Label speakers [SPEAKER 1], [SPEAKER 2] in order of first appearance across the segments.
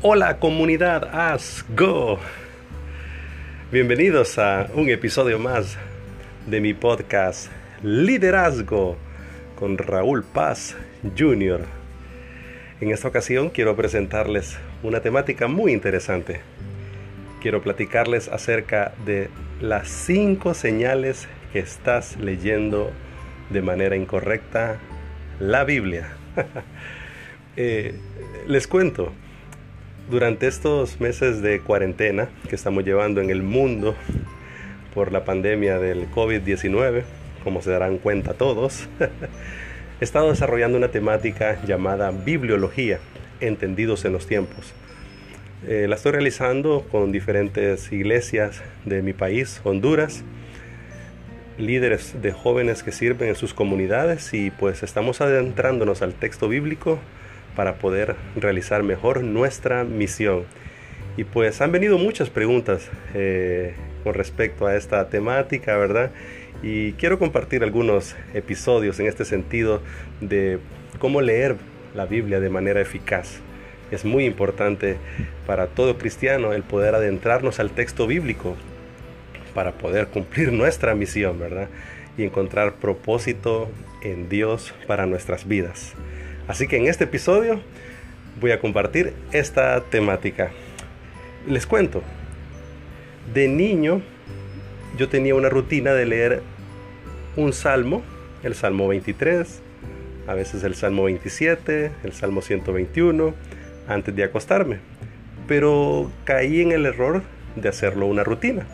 [SPEAKER 1] Hola comunidad As Go. Bienvenidos a un episodio más de mi podcast Liderazgo con Raúl Paz Jr. En esta ocasión quiero presentarles una temática muy interesante. Quiero platicarles acerca de las 5 señales que estás leyendo de manera incorrecta la Biblia. Les cuento. Durante estos meses de cuarentena que estamos llevando en el mundo por la pandemia del COVID-19, como se darán cuenta todos, he estado desarrollando una temática llamada bibliología, entendidos en los tiempos. La estoy realizando con diferentes iglesias de mi país, Honduras, líderes de jóvenes que sirven en sus comunidades y pues estamos adentrándonos al texto bíblico para poder realizar mejor nuestra misión. Y pues han venido muchas preguntas con respecto a esta temática, ¿verdad? Y quiero compartir algunos episodios en este sentido de cómo leer la Biblia de manera eficaz. Es muy importante para todo cristiano el poder adentrarnos al texto bíblico para poder cumplir nuestra misión, ¿verdad? Y encontrar propósito en Dios para nuestras vidas. Así que en este episodio voy a compartir esta temática. Les cuento, de niño yo tenía una rutina de leer un salmo, el Salmo 23, a veces el Salmo 27, el Salmo 121, antes de acostarme. Pero caí en el error de hacerlo una rutina.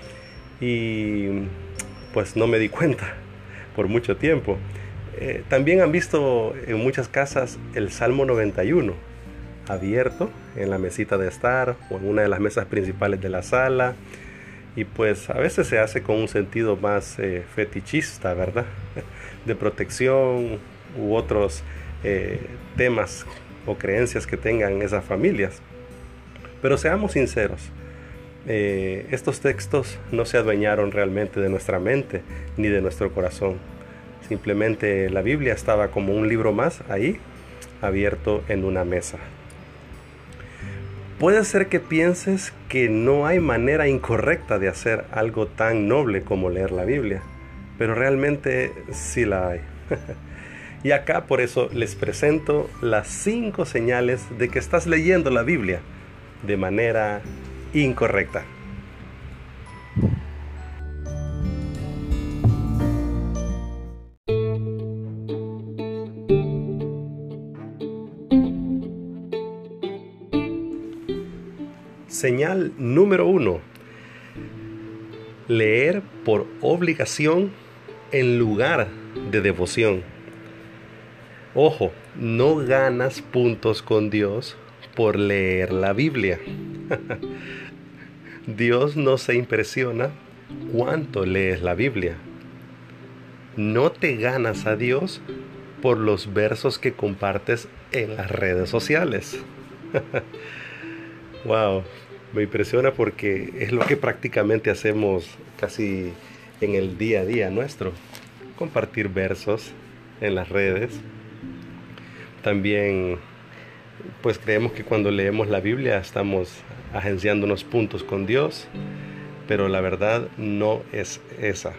[SPEAKER 1] Y pues no me di cuenta por mucho tiempo. También han visto en muchas casas el Salmo 91 abierto en la mesita de estar o en una de las mesas principales de la sala, y pues a veces se hace con un sentido más fetichista, ¿verdad? De protección u otros temas o creencias que tengan esas familias. Pero seamos sinceros, estos textos no se adueñaron realmente de nuestra mente ni de nuestro corazón. Simplemente la Biblia estaba como un libro más ahí, abierto en una mesa. Puede ser que pienses que no hay manera incorrecta de hacer algo tan noble como leer la Biblia, pero realmente sí la hay. Y acá por eso les presento las 5 señales de que estás leyendo la Biblia de manera incorrecta. Señal número 1. Leer por obligación en lugar de devoción. Ojo, no ganas puntos con Dios por leer la Biblia. Dios no se impresiona cuánto lees la Biblia. No te ganas a Dios por los versos que compartes en las redes sociales. Wow, me impresiona porque es lo que prácticamente hacemos casi en el día a día nuestro. Compartir versos en las redes. También pues creemos que cuando leemos la Biblia estamos agenciando unos puntos con Dios, pero la verdad no es esa.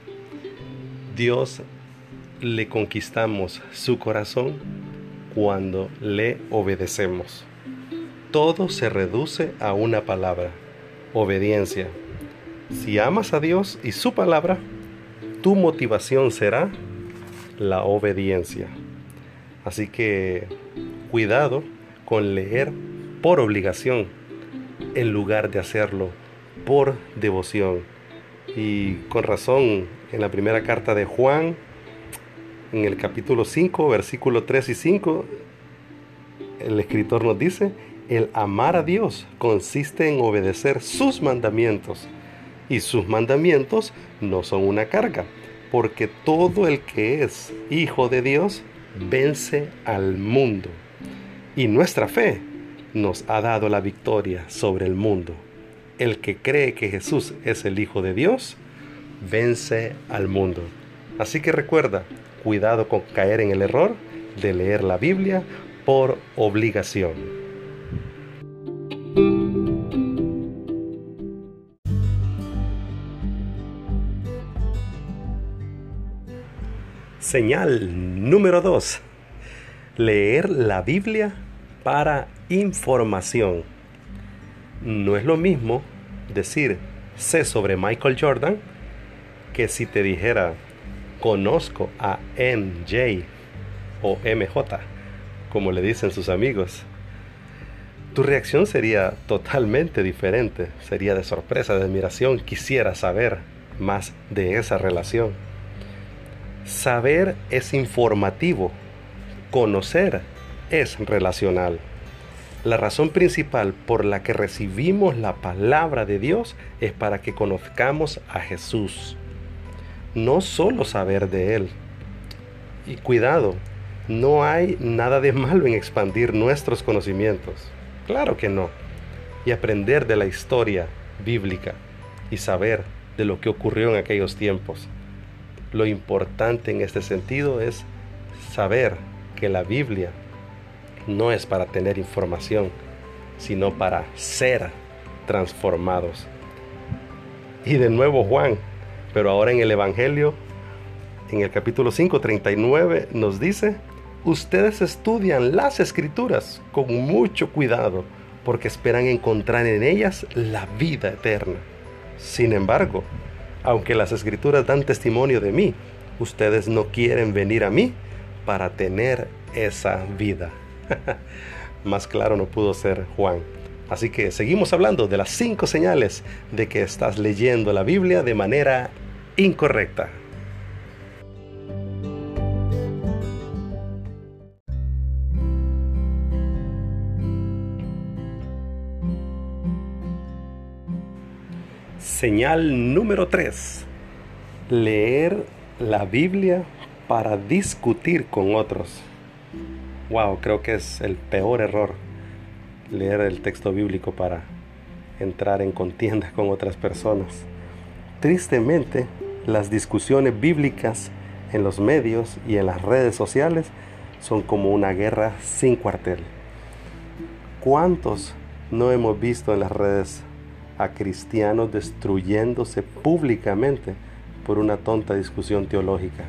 [SPEAKER 1] Dios le conquistamos su corazón cuando le obedecemos. Todo se reduce a una palabra: obediencia. Si amas a Dios y su palabra, tu motivación será la obediencia. Así que cuidado con leer por obligación en lugar de hacerlo por devoción. Y con razón, en la primera carta de Juan, en el capítulo 5, versículo 3 y 5, el escritor nos dice: el amar a Dios consiste en obedecer sus mandamientos, y sus mandamientos no son una carga, porque todo el que es hijo de Dios vence al mundo, y nuestra fe nos ha dado la victoria sobre el mundo. El que cree que Jesús es el Hijo de Dios, vence al mundo. Así que recuerda, cuidado con caer en el error de leer la Biblia por obligación. Señal número 2. Leer la Biblia para información. No es lo mismo decir sé sobre Michael Jordan que si te dijera conozco a MJ o MJ, como le dicen sus amigos. Tu reacción sería totalmente diferente, sería de sorpresa, de admiración. Quisiera saber más de esa relación. Saber es informativo, conocer es relacional. La razón principal por la que recibimos la palabra de Dios es para que conozcamos a Jesús. No solo saber de Él. Y cuidado, no hay nada de malo en expandir nuestros conocimientos. Claro que no. Y aprender de la historia bíblica y saber de lo que ocurrió en aquellos tiempos. Lo importante en este sentido es saber que la Biblia no es para tener información, sino para ser transformados. Y de nuevo Juan, pero ahora en el Evangelio, en el capítulo 5, 39, nos dice: ustedes estudian las Escrituras con mucho cuidado, porque esperan encontrar en ellas la vida eterna. Sin embargo, aunque las Escrituras dan testimonio de mí, ustedes no quieren venir a mí para tener esa vida. Más claro no pudo ser Juan. Así que seguimos hablando de las 5 señales de que estás leyendo la Biblia de manera incorrecta. Señal número 3. Leer la Biblia para discutir con otros. Wow, creo que es el peor error, leer el texto bíblico para entrar en contienda con otras personas. Tristemente, las discusiones bíblicas en los medios y en las redes sociales son como una guerra sin cuartel. ¿Cuántos no hemos visto en las redes a cristianos destruyéndose públicamente por una tonta discusión teológica?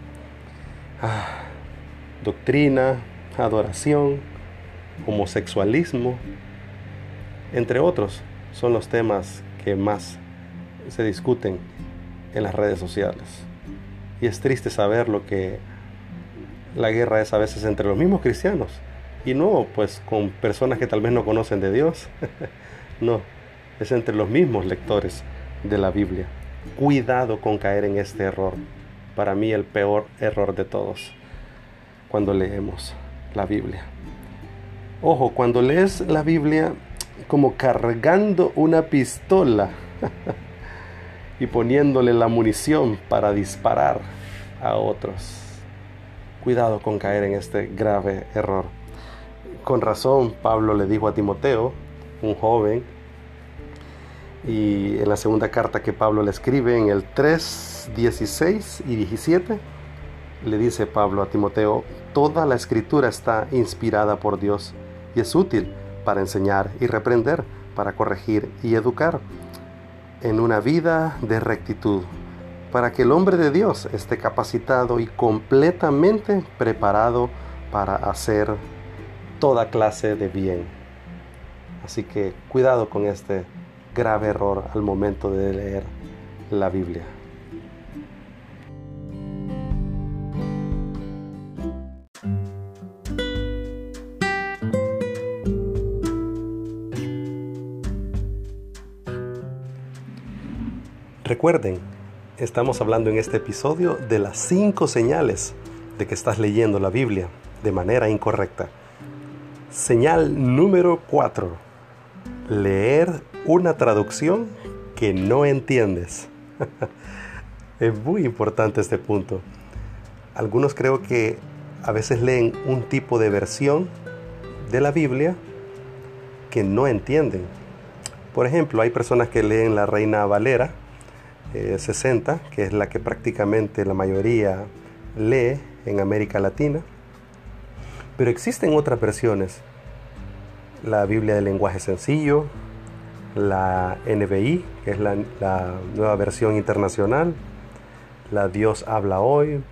[SPEAKER 1] Doctrina, adoración, homosexualismo, entre otros, son los temas que más se discuten en las redes sociales. Y es triste saber lo que la guerra es a veces entre los mismos cristianos, y no pues con personas que tal vez no conocen de Dios. No, es entre los mismos lectores de la Biblia. Cuidado con caer en este error. Para mí el peor error de todos cuando leemos la Biblia. Ojo, cuando lees la Biblia como cargando una pistola y poniéndole la munición para disparar a otros. Cuidado con caer en este grave error. Con razón, Pablo le dijo a Timoteo, un joven, y en la segunda carta que Pablo le escribe, en el 3, 16 y 17, le dice Pablo a Timoteo: toda la Escritura está inspirada por Dios y es útil para enseñar y reprender, para corregir y educar en una vida de rectitud, para que el hombre de Dios esté capacitado y completamente preparado para hacer toda clase de bien. Así que cuidado con este grave error al momento de leer la Biblia. Recuerden, estamos hablando en este episodio de las 5 señales de que estás leyendo la Biblia de manera incorrecta. Señal número 4. Leer una traducción que no entiendes. Es muy importante este punto. Algunos creo que a veces leen un tipo de versión de la Biblia que no entienden. Por ejemplo, hay personas que leen la Reina Valera 60, que es la que prácticamente la mayoría lee en América Latina. Pero existen otras versiones. La Biblia de lenguaje sencillo, la NBI, que es la nueva versión internacional, la Dios habla hoy,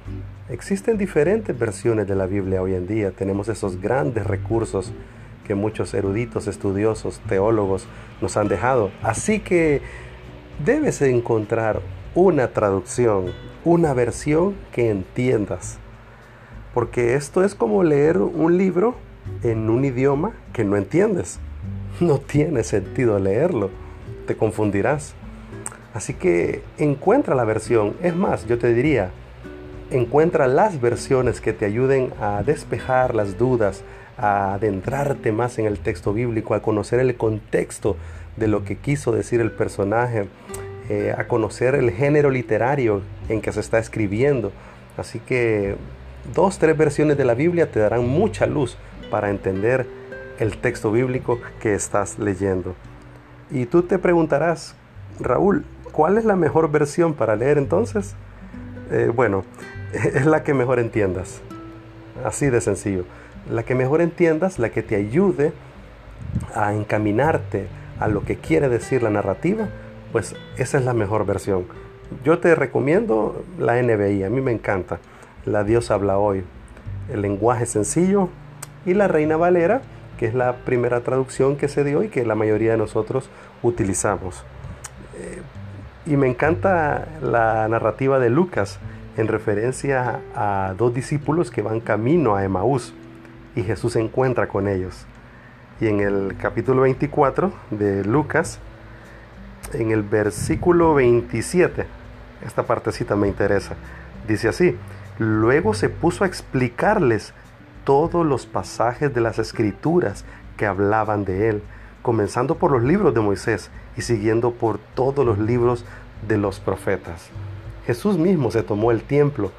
[SPEAKER 1] Existen diferentes versiones de la Biblia hoy en día. Tenemos esos grandes recursos que muchos eruditos, estudiosos, teólogos nos han dejado. Así que debes encontrar una traducción, una versión que entiendas. Porque esto es como leer un libro en un idioma que no entiendes. No tiene sentido leerlo. Te confundirás. Así que encuentra la versión. Es más, yo te diría, encuentra las versiones que te ayuden a despejar las dudas, a adentrarte más en el texto bíblico, a conocer el contexto de lo que quiso decir el personaje, a conocer el género literario en que se está escribiendo. Así que 2, 3 versiones de la Biblia te darán mucha luz para entender el texto bíblico que estás leyendo. Y tú te preguntarás, Raúl, ¿cuál es la mejor versión para leer entonces? Bueno, es la que mejor entiendas. Así de sencillo. La que mejor entiendas, la que te ayude a encaminarte a lo que quiere decir la narrativa, pues esa es la mejor versión. Yo te recomiendo la NBI, a mí me encanta. La Dios habla hoy, el lenguaje sencillo, y la Reina Valera, que es la primera traducción que se dio y que la mayoría de nosotros utilizamos. Y me encanta la narrativa de Lucas en referencia a 2 discípulos que van camino a Emaús y Jesús se encuentra con ellos. Y en el capítulo 24 de Lucas, en el versículo 27, esta partecita me interesa, dice así: luego se puso a explicarles todos los pasajes de las Escrituras que hablaban de él, comenzando por los libros de Moisés y siguiendo por todos los libros de los profetas. Jesús mismo se tomó el tiempo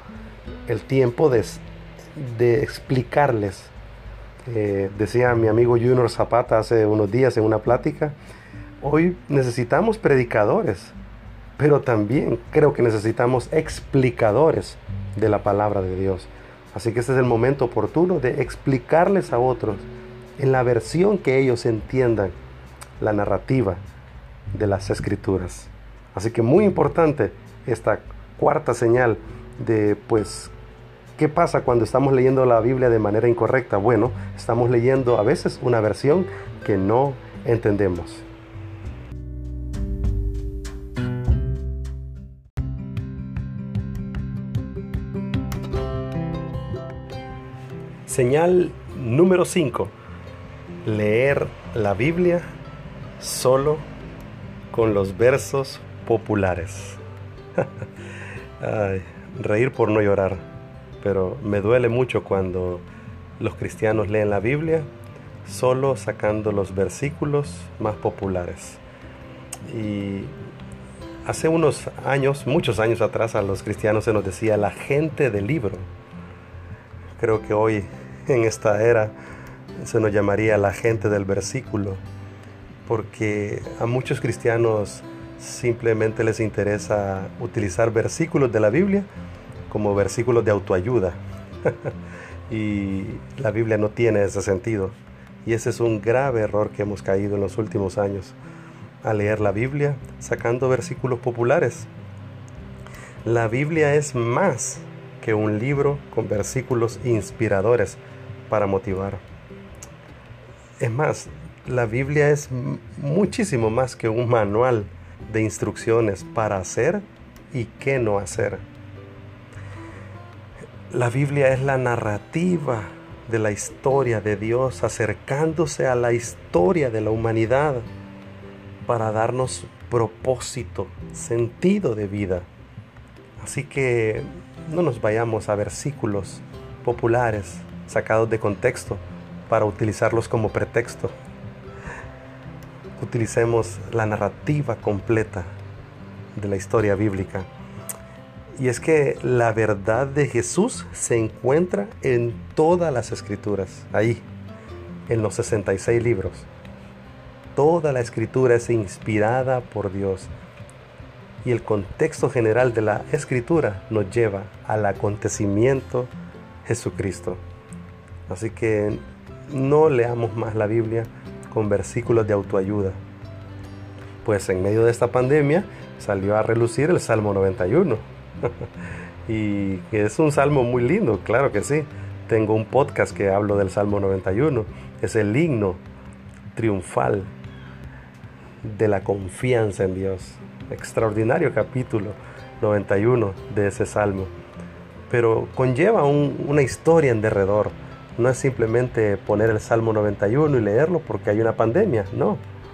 [SPEAKER 1] de explicarles. Decía mi amigo Junior Zapata hace unos días en una plática, hoy necesitamos predicadores, pero también creo que necesitamos explicadores de la palabra de Dios. Así que este es el momento oportuno de explicarles a otros en la versión que ellos entiendan la narrativa de las Escrituras. Así que muy importante esta cuarta señal de, pues, ¿qué pasa cuando estamos leyendo la Biblia de manera incorrecta? Bueno, estamos leyendo a veces una versión que no entendemos. Señal número 5. Leer la Biblia solo con los versos populares. Ay, reír por no llorar, pero me duele mucho cuando los cristianos leen la Biblia solo sacando los versículos más populares. Y hace unos años, muchos años atrás, a los cristianos se nos decía la gente del libro. Creo que hoy, en esta era, se nos llamaría la gente del versículo, porque a muchos cristianos simplemente les interesa utilizar versículos de la Biblia como versículos de autoayuda. Y la Biblia no tiene ese sentido. Y ese es un grave error que hemos caído en los últimos años, a leer la Biblia sacando versículos populares. La Biblia es más que un libro con versículos inspiradores para motivar. Es más, la Biblia es muchísimo más que un manual de instrucciones para hacer y qué no hacer. La Biblia es la narrativa de la historia de Dios acercándose a la historia de la humanidad para darnos propósito, sentido de vida. Así que no nos vayamos a versículos populares sacados de contexto para utilizarlos como pretexto. Utilicemos la narrativa completa de la historia bíblica. Y es que la verdad de Jesús se encuentra en todas las Escrituras, ahí, en los 66 libros. Toda la Escritura es inspirada por Dios. Y el contexto general de la Escritura nos lleva al acontecimiento Jesucristo. Así que no leamos más la Biblia con versículos de autoayuda. Pues en medio de esta pandemia salió a relucir el Salmo 91. y que es un salmo muy lindo, claro que sí. Tengo un podcast que hablo del Salmo 91. Es el himno triunfal de la confianza en Dios. Extraordinario capítulo 91 de ese salmo. Pero conlleva una historia en derredor. No es simplemente poner el Salmo 91 y leerlo porque hay una pandemia, no.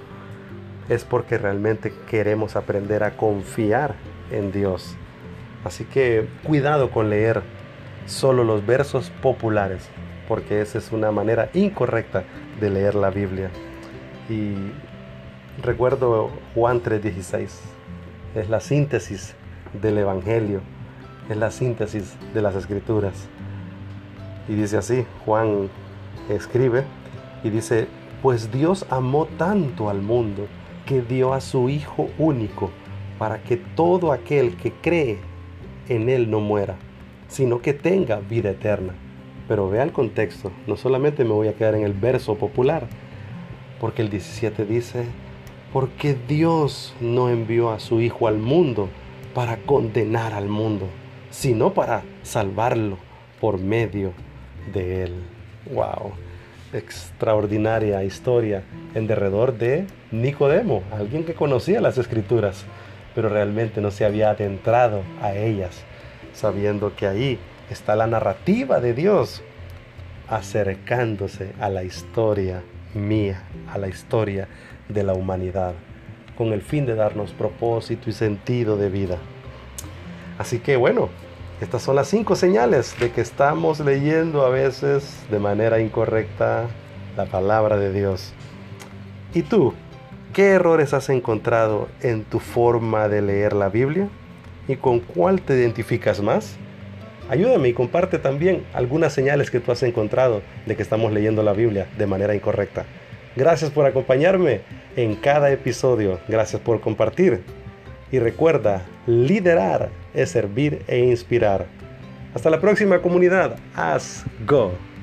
[SPEAKER 1] Es porque realmente queremos aprender a confiar en Dios. Así que cuidado con leer solo los versos populares, porque esa es una manera incorrecta de leer la Biblia. Y recuerdo Juan 3:16, es la síntesis del Evangelio, es la síntesis de las Escrituras. Y dice así, Juan escribe y dice: pues Dios amó tanto al mundo que dio a su Hijo único, para que todo aquel que cree en Él no muera, sino que tenga vida eterna. Pero vea el contexto, no solamente me voy a quedar en el verso popular, porque el 17 dice: porque Dios no envió a su Hijo al mundo para condenar al mundo, sino para salvarlo por medio de Él. ¡Wow! Extraordinaria historia en derredor de Nicodemo, alguien que conocía las Escrituras, pero realmente no se había adentrado a ellas, sabiendo que ahí está la narrativa de Dios acercándose a la historia mía, a la historia de la humanidad, con el fin de darnos propósito y sentido de vida. Así que bueno, estas son las 5 señales de que estamos leyendo a veces de manera incorrecta la palabra de Dios. ¿Y tú? ¿Qué errores has encontrado en tu forma de leer la Biblia? ¿Y con cuál te identificas más? Ayúdame y comparte también algunas señales que tú has encontrado de que estamos leyendo la Biblia de manera incorrecta. Gracias por acompañarme en cada episodio. Gracias por compartir. Y recuerda, liderar es servir e inspirar. Hasta la próxima, comunidad. Go.